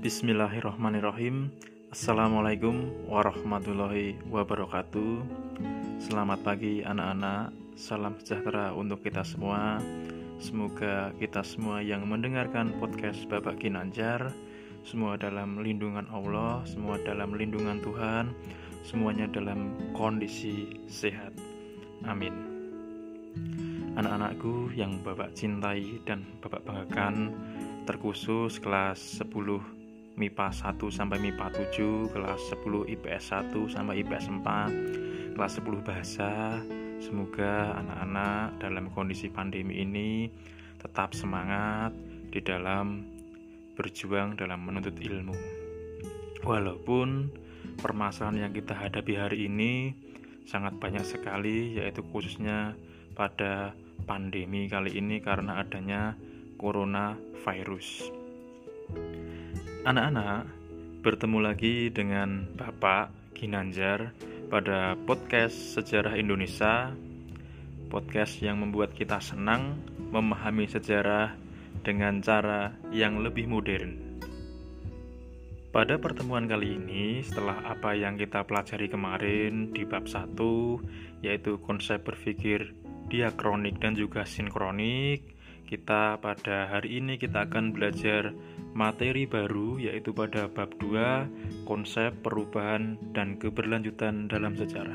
Bismillahirrahmanirrahim. Assalamualaikum warahmatullahi wabarakatuh. Selamat pagi anak-anak. Salam sejahtera untuk kita semua. Semoga kita semua yang mendengarkan podcast Bapak Ginanjar semua dalam lindungan Allah, semua dalam lindungan Tuhan, semuanya dalam kondisi sehat. Amin. Anak-anakku yang Bapak cintai dan Bapak banggakan, terkhusus kelas 10 MIPA 1 sampai MIPA 7, kelas 10 IPS 1 sampai IPS 4, kelas 10 bahasa. Semoga anak-anak dalam kondisi pandemi ini tetap semangat di dalam berjuang dalam menuntut ilmu. Walaupun permasalahan yang kita hadapi hari ini sangat banyak sekali, yaitu khususnya pada pandemi kali ini karena adanya coronavirus. Anak-anak, bertemu lagi dengan Bapak Ginanjar pada podcast Sejarah Indonesia, podcast yang membuat kita senang memahami sejarah dengan cara yang lebih modern. Pada pertemuan kali ini, setelah apa yang kita pelajari kemarin di bab 1, yaitu konsep berpikir diakronik dan juga sinkronik, pada hari ini kita akan belajar materi baru, yaitu pada bab 2, konsep perubahan dan keberlanjutan dalam sejarah.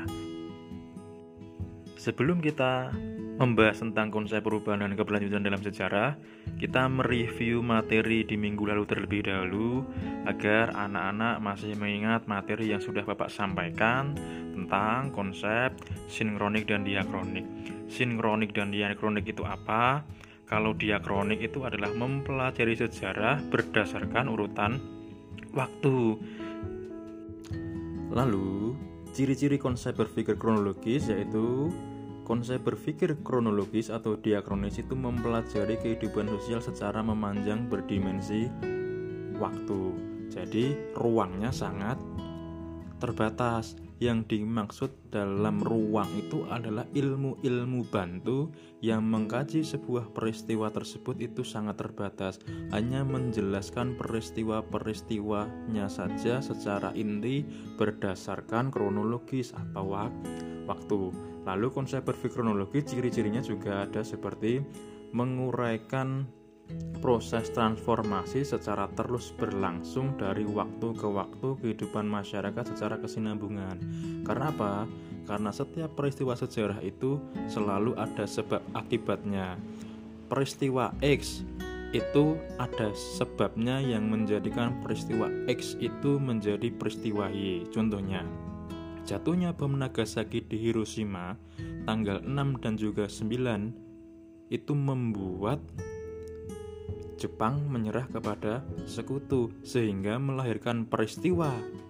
Sebelum kita membahas tentang konsep perubahan dan keberlanjutan dalam sejarah, kita mereview materi di minggu lalu terlebih dahulu agar anak-anak masih mengingat materi yang sudah Bapak sampaikan tentang konsep sinkronik dan diakronik. Sinkronik dan diakronik itu apa? Kalau diakronik itu adalah mempelajari sejarah berdasarkan urutan waktu. Lalu, ciri-ciri konsep berpikir kronologis yaitu konsep berpikir kronologis atau diakronis itu mempelajari kehidupan sosial secara memanjang berdimensi waktu. Jadi, ruangnya sangat terbatas. Yang dimaksud dalam ruang itu adalah ilmu-ilmu bantu yang mengkaji sebuah peristiwa tersebut itu sangat terbatas, hanya menjelaskan peristiwa-peristiwanya saja secara inti berdasarkan kronologis atau waktu. Lalu konsep berpikir kronologis ciri-cirinya juga ada seperti menguraikan proses transformasi secara terus berlangsung dari waktu ke waktu kehidupan masyarakat secara kesinambungan. Karena apa? Karena setiap peristiwa sejarah itu selalu ada sebab akibatnya. Peristiwa X itu ada sebabnya yang menjadikan peristiwa X itu menjadi peristiwa Y. Contohnya, jatuhnya bom Nagasaki di Hiroshima tanggal 6 dan juga 9 itu membuat Jepang menyerah kepada sekutu sehingga melahirkan peristiwa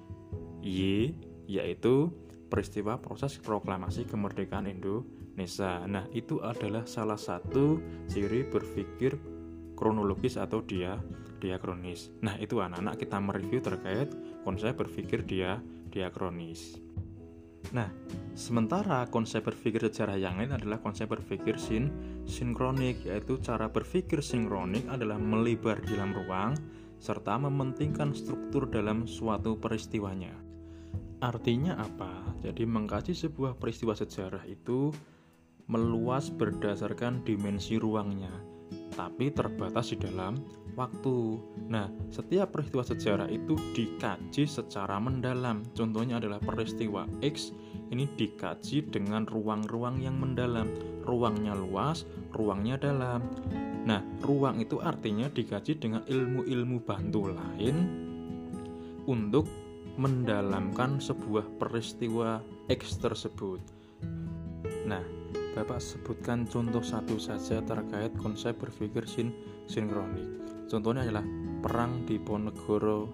Y, yaitu peristiwa proses proklamasi kemerdekaan Indonesia. Nah, itu adalah salah satu ciri berpikir kronologis atau diakronis. Nah, itu anak-anak kita mereview terkait konsep berpikir diakronis. Nah, sementara konsep berpikir sejarah yang lain adalah konsep berpikir sinkronik, yaitu cara berpikir sinkronik adalah melebar di dalam ruang serta mementingkan struktur dalam suatu peristiwanya. Artinya apa? Jadi mengkaji sebuah peristiwa sejarah itu meluas berdasarkan dimensi ruangnya, tapi terbatas di dalam waktu. Nah, setiap peristiwa sejarah itu dikaji secara mendalam. Contohnya adalah peristiwa X ini dikaji dengan ruang-ruang yang mendalam. Ruangnya luas, ruangnya dalam. Nah, ruang itu artinya dikaji dengan ilmu-ilmu bantu lain untuk mendalamkan sebuah peristiwa X tersebut. Nah, Bapak sebutkan contoh satu saja terkait konsep berpikir sinkronik. Contohnya adalah Perang Diponegoro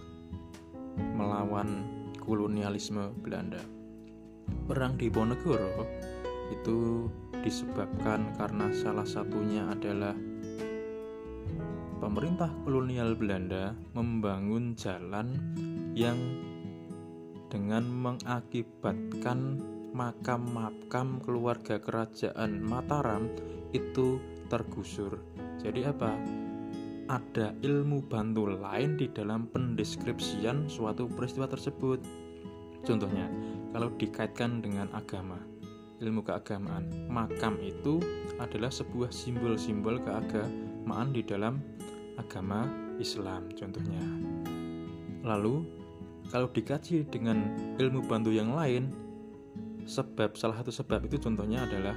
melawan kolonialisme Belanda. Perang Diponegoro itu disebabkan karena salah satunya adalah pemerintah kolonial Belanda membangun jalan yang dengan mengakibatkan makam-makam keluarga kerajaan Mataram itu tergusur. Jadi apa? ada ilmu bantu lain di dalam pendeskripsian suatu peristiwa tersebut. Contohnya, kalau dikaitkan dengan agama, ilmu keagamaan, makam itu adalah sebuah simbol-simbol keagamaan di dalam agama Islam contohnya. Lalu, kalau dikaji dengan ilmu bantu yang lain, salah satu sebab itu contohnya adalah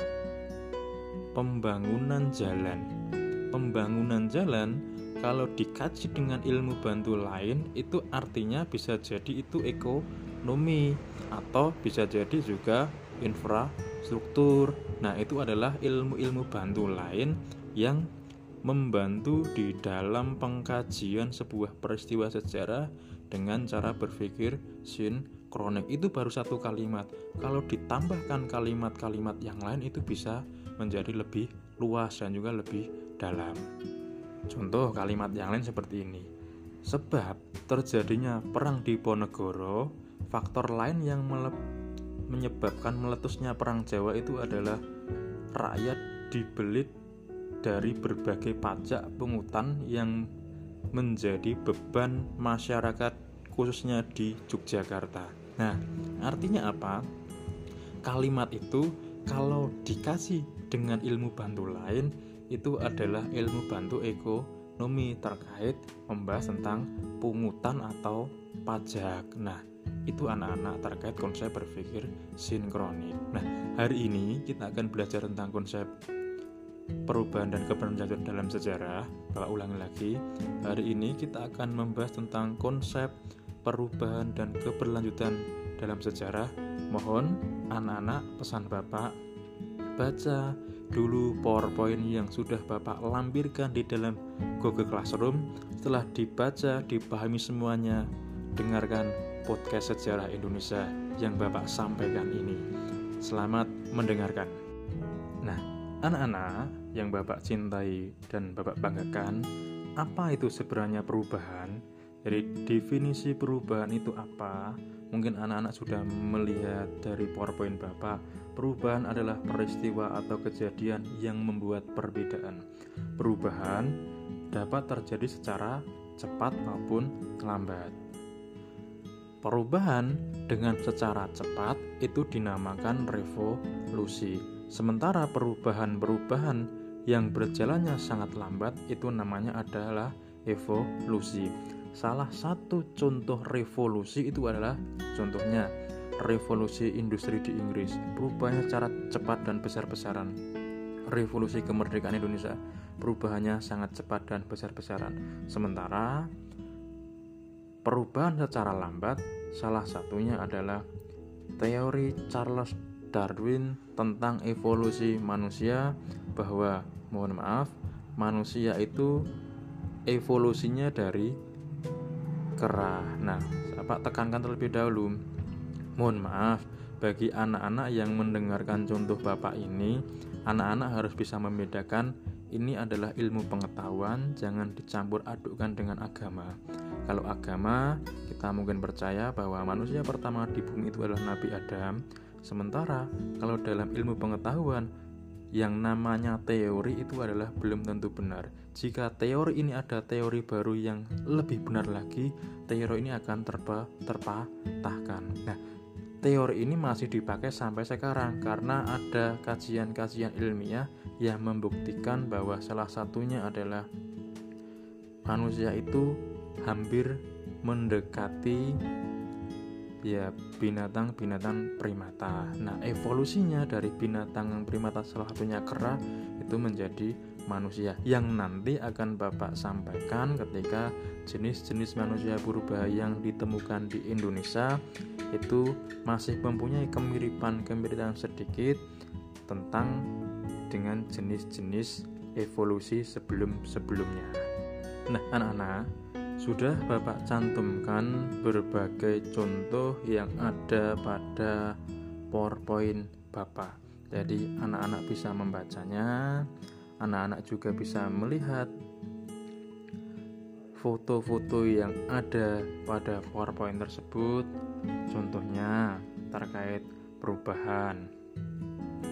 pembangunan jalan. Pembangunan jalan kalau dikaji dengan ilmu bantu lain itu artinya bisa jadi itu ekonomi atau bisa jadi juga infrastruktur. Nah, itu adalah ilmu-ilmu bantu lain yang membantu di dalam pengkajian sebuah peristiwa sejarah dengan cara berpikir sinkronik. Itu baru satu kalimat. Kalau ditambahkan kalimat-kalimat yang lain itu bisa menjadi lebih luas dan juga lebih dalam. Contoh kalimat yang lain seperti ini. Sebab terjadinya perang di Ponegoro, faktor lain yang menyebabkan meletusnya perang Jawa itu adalah rakyat dibelit dari berbagai pajak pungutan yang menjadi beban masyarakat khususnya di Yogyakarta. Nah, artinya apa? Kalimat itu kalau dikasih dengan ilmu bantu lain itu adalah ilmu bantu ekonomi terkait membahas tentang pungutan atau pajak. Nah, itu anak-anak terkait konsep berpikir sinkronik. Nah, hari ini kita akan belajar tentang konsep perubahan dan keberlanjutan dalam sejarah. Bapak ulangi lagi, hari ini kita akan membahas tentang konsep perubahan dan keberlanjutan dalam sejarah. Mohon anak-anak, pesan Bapak, baca dulu PowerPoint yang sudah Bapak lampirkan di dalam Google Classroom. Setelah dibaca, dipahami semuanya, dengarkan podcast sejarah Indonesia yang Bapak sampaikan ini. Selamat mendengarkan. Nah, anak-anak yang Bapak cintai dan Bapak banggakan, apa itu sebenarnya perubahan? Jadi definisi perubahan itu apa? Mungkin anak-anak sudah melihat dari PowerPoint Bapak. Perubahan adalah peristiwa atau kejadian yang membuat perbedaan. Perubahan dapat terjadi secara cepat maupun lambat. Perubahan dengan secara cepat itu dinamakan revolusi. Sementara perubahan-perubahan yang berjalannya sangat lambat itu namanya adalah evolusi. Salah satu contoh revolusi itu adalah contohnya revolusi industri di Inggris, perubahannya secara cepat dan besar-besaran. Revolusi kemerdekaan Indonesia, perubahannya sangat cepat dan besar-besaran. Sementara perubahan secara lambat, salah satunya adalah teori Charles Darwin tentang evolusi manusia, bahwa manusia itu evolusinya dari kera. Nah, Bapak tekankan terlebih dahulu. Mohon maaf, bagi anak-anak yang mendengarkan contoh Bapak ini, anak-anak harus bisa membedakan ini adalah ilmu pengetahuan, jangan dicampur adukkan dengan agama. Kalau agama, kita mungkin percaya bahwa manusia pertama di bumi itu adalah Nabi Adam. Sementara kalau dalam ilmu pengetahuan, yang namanya teori itu adalah belum tentu benar. Jika teori ini ada teori baru yang lebih benar lagi, teori ini akan terpatahkan. Nah, teori ini masih dipakai sampai sekarang karena ada kajian-kajian ilmiah yang membuktikan bahwa salah satunya adalah manusia itu hampir mendekati binatang-binatang primata. Nah, evolusinya dari binatang primata salah satunya kera itu menjadi manusia, yang nanti akan Bapak sampaikan ketika jenis-jenis manusia purba yang ditemukan di Indonesia itu masih mempunyai kemiripan sedikit tentang dengan jenis-jenis evolusi sebelum-sebelumnya. Nah, anak-anak, sudah Bapak cantumkan berbagai contoh yang ada pada PowerPoint Bapak. Jadi anak-anak bisa membacanya, anak-anak juga bisa melihat foto-foto yang ada pada PowerPoint tersebut. Contohnya terkait perubahan.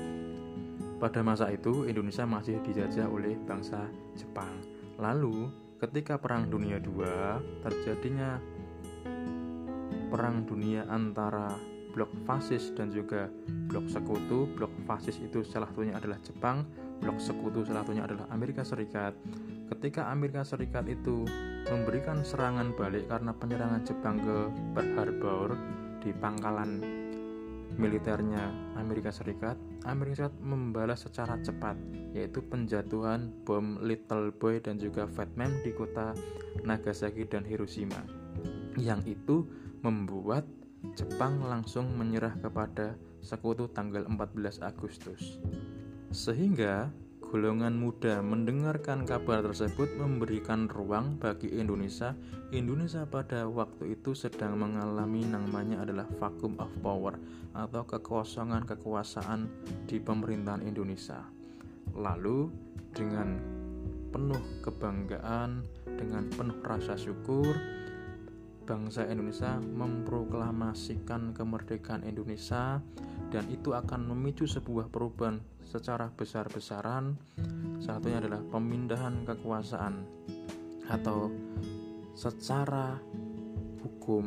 Pada masa itu Indonesia masih dijajah oleh bangsa Jepang. Lalu ketika Perang Dunia II terjadinya perang dunia antara blok fasis dan juga blok sekutu. Blok fasis itu salah satunya adalah Jepang, blok sekutu salah satunya adalah Amerika Serikat. Ketika Amerika Serikat itu memberikan serangan balik karena penyerangan Jepang ke Pearl Harbor di pangkalan militernya Amerika Serikat membalas secara cepat, yaitu penjatuhan bom Little Boy dan juga Fat Man di kota Nagasaki dan Hiroshima. Yang itu membuat Jepang langsung menyerah kepada sekutu tanggal 14 Agustus. Sehingga golongan muda mendengarkan kabar tersebut memberikan ruang bagi Indonesia. Indonesia pada waktu itu sedang mengalami namanya adalah vacuum of power atau kekosongan kekuasaan di pemerintahan Indonesia. Lalu dengan penuh kebanggaan, dengan penuh rasa syukur, bangsa Indonesia memproklamasikan kemerdekaan Indonesia, dan itu akan memicu sebuah perubahan secara besar-besaran. Satunya adalah pemindahan kekuasaan atau secara hukum,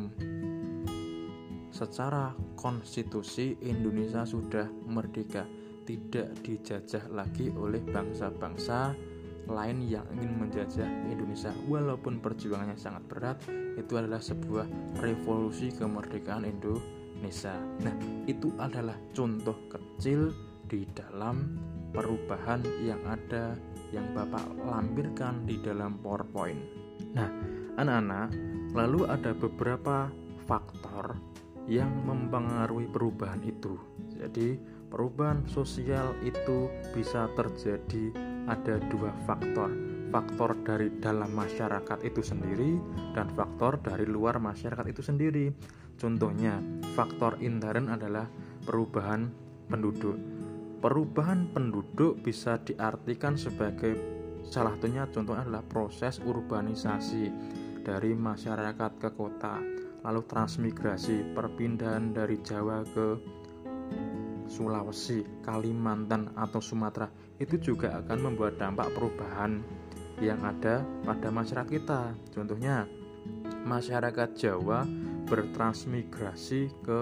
secara konstitusi Indonesia sudah merdeka, tidak dijajah lagi oleh bangsa-bangsa lain yang ingin menjajah Indonesia. Walaupun perjuangannya sangat berat, itu adalah sebuah revolusi kemerdekaan Indonesia. Nah, itu adalah contoh kecil di dalam perubahan yang ada, yang Bapak lampirkan di dalam PowerPoint. Nah, anak-anak, lalu ada beberapa faktor yang mempengaruhi perubahan itu. Jadi, perubahan sosial itu bisa terjadi, ada dua faktor. Faktor dari dalam masyarakat itu sendiri dan faktor dari luar masyarakat itu sendiri. Contohnya, faktor intern adalah perubahan penduduk. Perubahan penduduk bisa diartikan sebagai salah satunya, contohnya adalah proses urbanisasi dari masyarakat ke kota, lalu transmigrasi, perpindahan dari Jawa ke Sulawesi, Kalimantan atau Sumatera. Itu juga akan membuat dampak perubahan yang ada pada masyarakat kita. Contohnya, masyarakat Jawa bertransmigrasi ke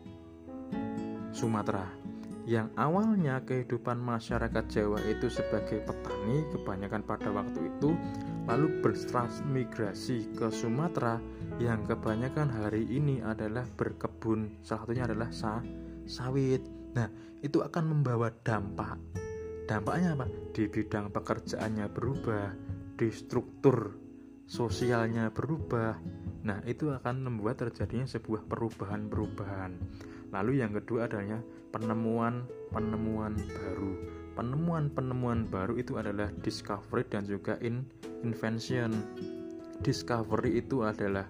Sumatera. Yang awalnya kehidupan masyarakat Jawa itu sebagai petani kebanyakan pada waktu itu, lalu bertransmigrasi ke Sumatera yang kebanyakan hari ini adalah berkebun, salah satunya adalah sawit. Nah, itu akan membawa dampak. Dampaknya apa? Di bidang pekerjaannya berubah, di struktur sosialnya berubah. Nah, itu akan membuat terjadinya sebuah perubahan-perubahan. Lalu yang kedua adalah penemuan baru. Penemuan baru itu adalah discovery dan juga invention. Discovery itu adalah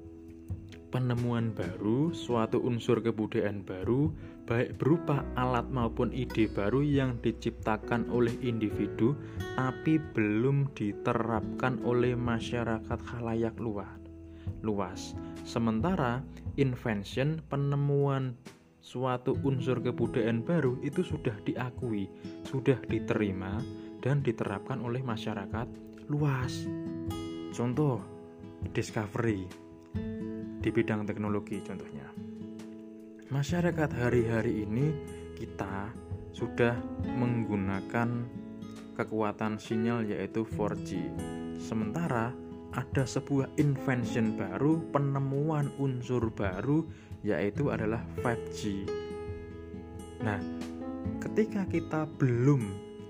penemuan baru, suatu unsur kebudayaan baru, baik berupa alat maupun ide baru yang diciptakan oleh individu tapi belum diterapkan oleh masyarakat khalayak luas. Sementara invention, penemuan suatu unsur kebudayaan baru itu sudah diakui, sudah diterima dan diterapkan oleh masyarakat luas. Contoh discovery di bidang teknologi, contohnya masyarakat hari-hari ini kita sudah menggunakan kekuatan sinyal yaitu 4G. Sementara ada sebuah invention baru, penemuan unsur baru yaitu adalah 5G. Nah, ketika kita belum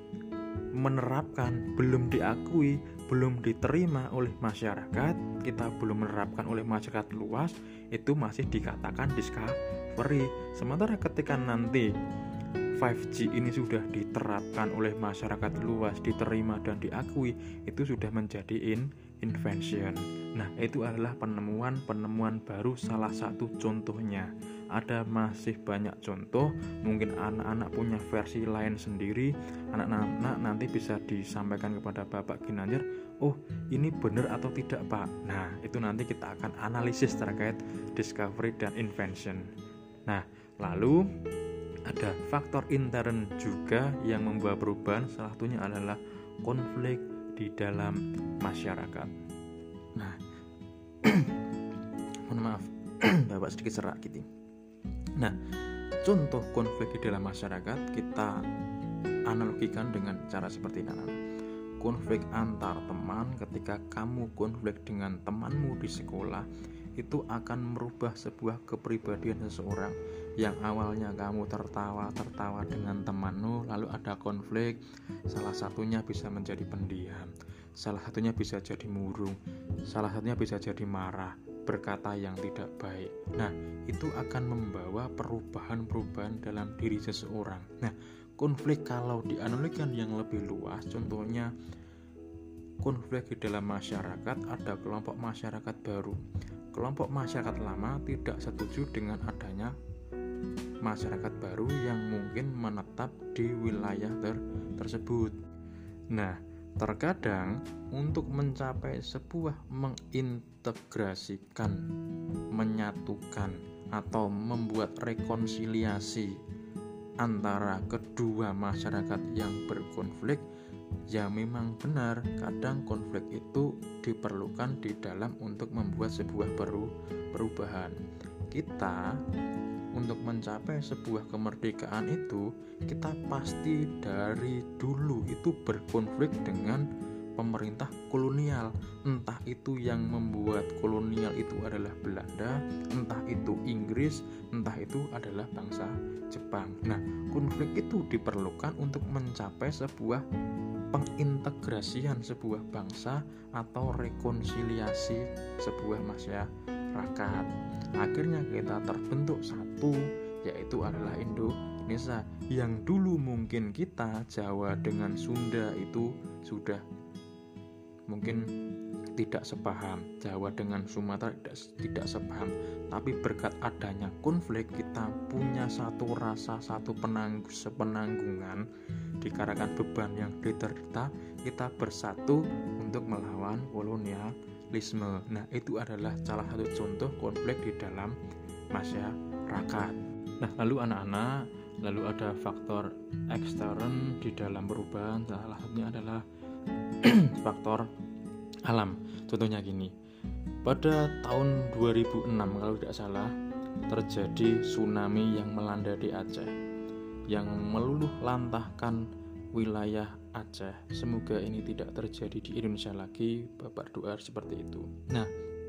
menerapkan, belum diakui, belum diterima oleh masyarakat, kita belum menerapkan oleh masyarakat luas, itu masih dikatakan discovery. Sementara ketika nanti 5G ini sudah diterapkan oleh masyarakat luas, diterima dan diakui, itu sudah menjadi invention. Nah, itu adalah penemuan baru, salah satu contohnya. Ada masih banyak contoh, mungkin anak-anak punya versi lain sendiri. Anak-anak nanti bisa disampaikan kepada Bapak Ginanjar, oh ini benar atau tidak Pak. Nah, itu nanti kita akan analisis terkait discovery dan invention. Nah, lalu ada faktor intern juga yang membawa perubahan, salah satunya adalah konflik di dalam masyarakat. Nah, mohon maaf, Bapak sedikit serak gitu. Nah, contoh konflik di dalam masyarakat kita analogikan dengan cara seperti ini. Konflik antar teman, ketika kamu konflik dengan temanmu di sekolah, itu akan merubah sebuah kepribadian seseorang. Yang awalnya kamu tertawa dengan temanmu, lalu ada konflik, salah satunya bisa menjadi pendiam, salah satunya bisa jadi murung, salah satunya bisa jadi marah, berkata yang tidak baik. Nah, itu akan membawa perubahan-perubahan dalam diri seseorang. Nah, konflik kalau dianalogikan yang lebih luas, contohnya konflik di dalam masyarakat, ada kelompok masyarakat baru. Kelompok masyarakat lama tidak setuju dengan adanya masyarakat baru yang mungkin menetap di wilayah tersebut. Nah, terkadang untuk mencapai sebuah mengintegrasikan, menyatukan, atau membuat rekonsiliasi antara kedua masyarakat yang berkonflik, ya memang benar kadang konflik itu diperlukan di dalam untuk membuat sebuah perubahan. Kita untuk mencapai sebuah kemerdekaan itu, kita pasti dari dulu itu berkonflik dengan pemerintah kolonial. Entah itu yang membuat kolonial itu adalah Belanda, entah itu Inggris, entah itu adalah bangsa Jepang. Nah, konflik itu diperlukan untuk mencapai sebuah pengintegrasian sebuah bangsa atau rekonsiliasi sebuah masyarakat. Akhirnya kita terbentuk satu, yaitu adalah Indonesia. Yang dulu mungkin kita Jawa dengan Sunda itu sudah mungkin tidak sepaham, Jawa dengan Sumatera tidak sepaham, tapi berkat adanya konflik kita punya satu rasa, satu sepenanggungan, dikarenakan beban yang diterita, kita bersatu untuk melawan kolonialisme. Nah, itu adalah salah satu contoh konflik di dalam masyarakat. Nah, lalu anak-anak, lalu ada faktor ekstern di dalam perubahan, salah satunya adalah faktor alam. Contohnya gini, pada tahun 2006 kalau tidak salah terjadi tsunami yang melanda di Aceh, yang meluluh lantahkan wilayah Aceh. Semoga ini tidak terjadi di Indonesia lagi, Bapak doa seperti itu. Nah,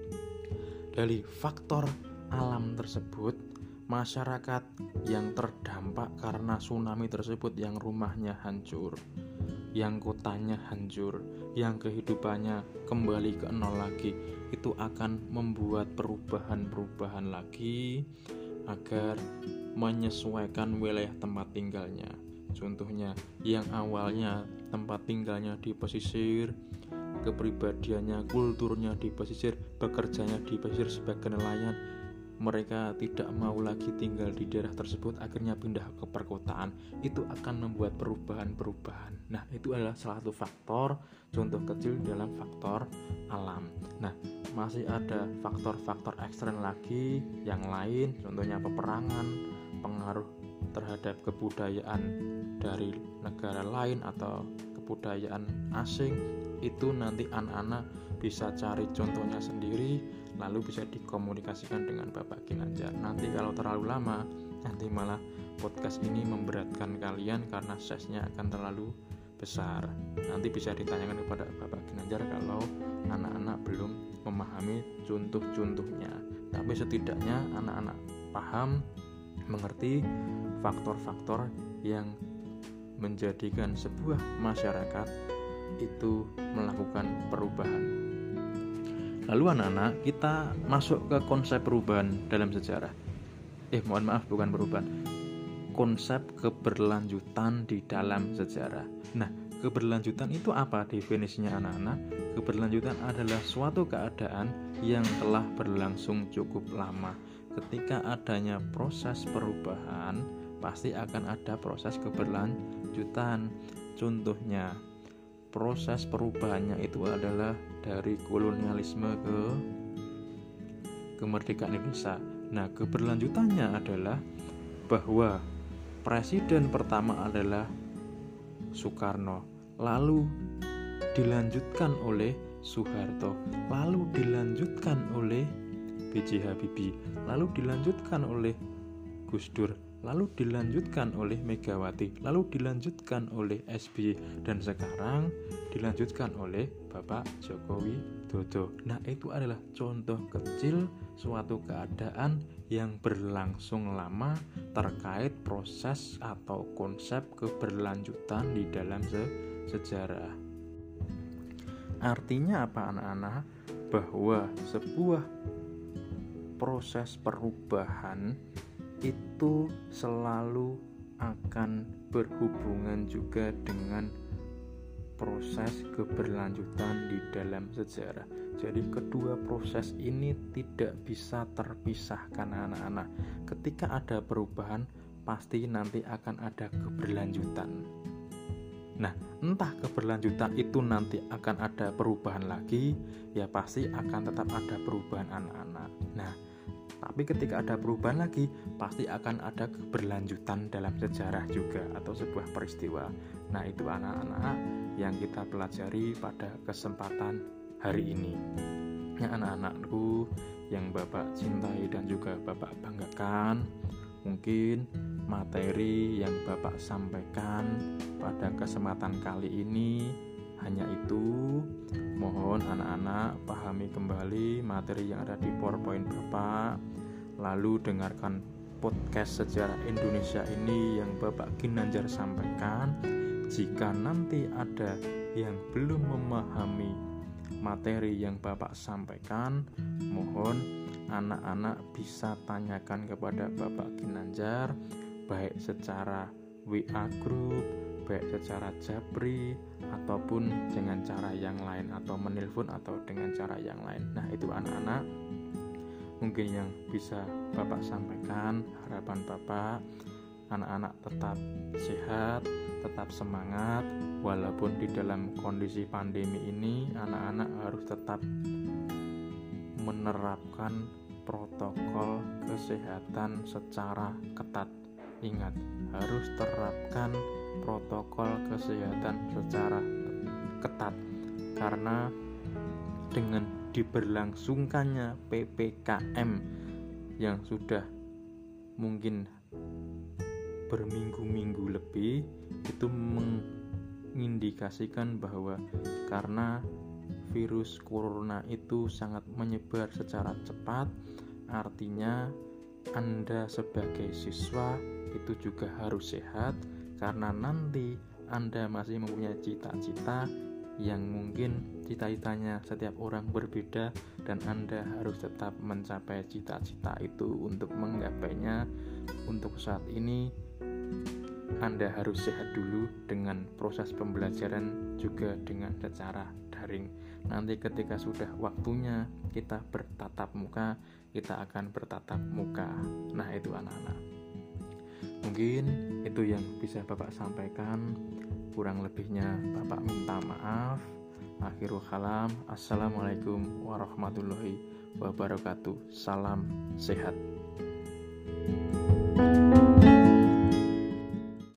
dari faktor alam tersebut, masyarakat yang terdampak karena tsunami tersebut, yang rumahnya hancur, yang kotanya hancur, yang kehidupannya kembali ke nol lagi, itu akan membuat perubahan-perubahan lagi agar menyesuaikan wilayah tempat tinggalnya. Contohnya, yang awalnya tempat tinggalnya di pesisir, kepribadiannya, kulturnya di pesisir, bekerjanya di pesisir sebagai nelayan, mereka tidak mau lagi tinggal di daerah tersebut, akhirnya pindah ke perkotaan. Itu akan membuat perubahan-perubahan. Nah, itu adalah salah satu faktor, contoh kecil dalam faktor alam. Nah, masih ada faktor-faktor ekstern lagi yang lain, contohnya peperangan, pengaruh terhadap kebudayaan dari negara lain atau kebudayaan asing. Itu nanti anak-anak bisa cari contohnya sendiri, lalu bisa dikomunikasikan dengan Bapak Ginanjar. Nanti kalau terlalu lama, nanti malah podcast ini memberatkan kalian karena size-nya akan terlalu besar. Nanti bisa ditanyakan kepada Bapak Ginanjar kalau anak-anak belum memahami contoh-contohnya. Tapi setidaknya anak-anak paham, mengerti faktor-faktor yang menjadikan sebuah masyarakat itu melakukan perubahan. Lalu anak-anak, kita masuk ke konsep perubahan dalam sejarah. Mohon maaf, bukan perubahan, konsep keberlanjutan di dalam sejarah. Nah, keberlanjutan itu apa definisinya anak-anak? Keberlanjutan adalah suatu keadaan yang telah berlangsung cukup lama. Ketika adanya proses perubahan, pasti akan ada proses keberlanjutan. Contohnya, proses perubahannya itu adalah dari kolonialisme ke kemerdekaan Indonesia. Nah, keberlanjutannya adalah bahwa presiden pertama adalah Soekarno, lalu dilanjutkan oleh Soeharto, lalu dilanjutkan oleh B.J. Habibie, lalu dilanjutkan oleh Gus Dur, lalu dilanjutkan oleh Megawati, lalu dilanjutkan oleh SBY, dan sekarang dilanjutkan oleh Bapak Joko Widodo. Nah, itu adalah contoh kecil suatu keadaan yang berlangsung lama terkait proses atau konsep keberlanjutan di dalam sejarah. Artinya apa anak-anak? Bahwa sebuah proses perubahan itu selalu akan berhubungan juga dengan proses keberlanjutan di dalam sejarah. Jadi kedua proses ini tidak bisa terpisahkan anak-anak. Ketika ada perubahan, pasti nanti akan ada keberlanjutan. Nah, entah keberlanjutan itu nanti akan ada perubahan lagi, ya pasti akan tetap ada perubahan anak-anak. Nah, tapi ketika ada perubahan lagi, pasti akan ada keberlanjutan dalam sejarah juga atau sebuah peristiwa. Nah, itu anak-anak yang kita pelajari pada kesempatan hari ini. Nah, anak-anakku yang Bapak cintai dan juga Bapak banggakan, mungkin materi yang Bapak sampaikan pada kesempatan kali ini hanya itu. Mohon anak-anak pahami kembali materi yang ada di PowerPoint Bapak, lalu dengarkan podcast sejarah Indonesia ini yang Bapak Ginanjar sampaikan. Jika nanti ada yang belum memahami materi yang Bapak sampaikan, mohon anak-anak bisa tanyakan kepada Bapak Ginanjar, baik secara WA group, baik secara japri, ataupun dengan cara yang lain, atau menelpon atau dengan cara yang lain. Nah, itu anak-anak mungkin yang bisa Bapak sampaikan. Harapan Bapak anak-anak tetap sehat, tetap semangat, walaupun di dalam kondisi pandemi ini anak-anak harus tetap menerapkan protokol kesehatan secara ketat. Ingat, harus terapkan protokol kesehatan secara ketat, karena dengan diberlangsungkannya PPKM yang sudah mungkin berminggu-minggu lebih, itu mengindikasikan bahwa karena virus corona itu sangat menyebar secara cepat, artinya Anda sebagai siswa itu juga harus sehat, karena nanti Anda masih mempunyai cita-cita yang mungkin cita-citanya setiap orang berbeda, dan Anda harus tetap mencapai cita-cita itu untuk menggapainya. Untuk saat ini Anda harus sehat dulu dengan proses pembelajaran juga dengan secara daring. Nanti ketika sudah waktunya kita bertatap muka, kita akan bertatap muka. Nah, itu anak-anak. Mungkin itu yang bisa Bapak sampaikan. Kurang lebihnya Bapak minta maaf. Akhirul kalam. Assalamualaikum warahmatullahi wabarakatuh. Salam sehat.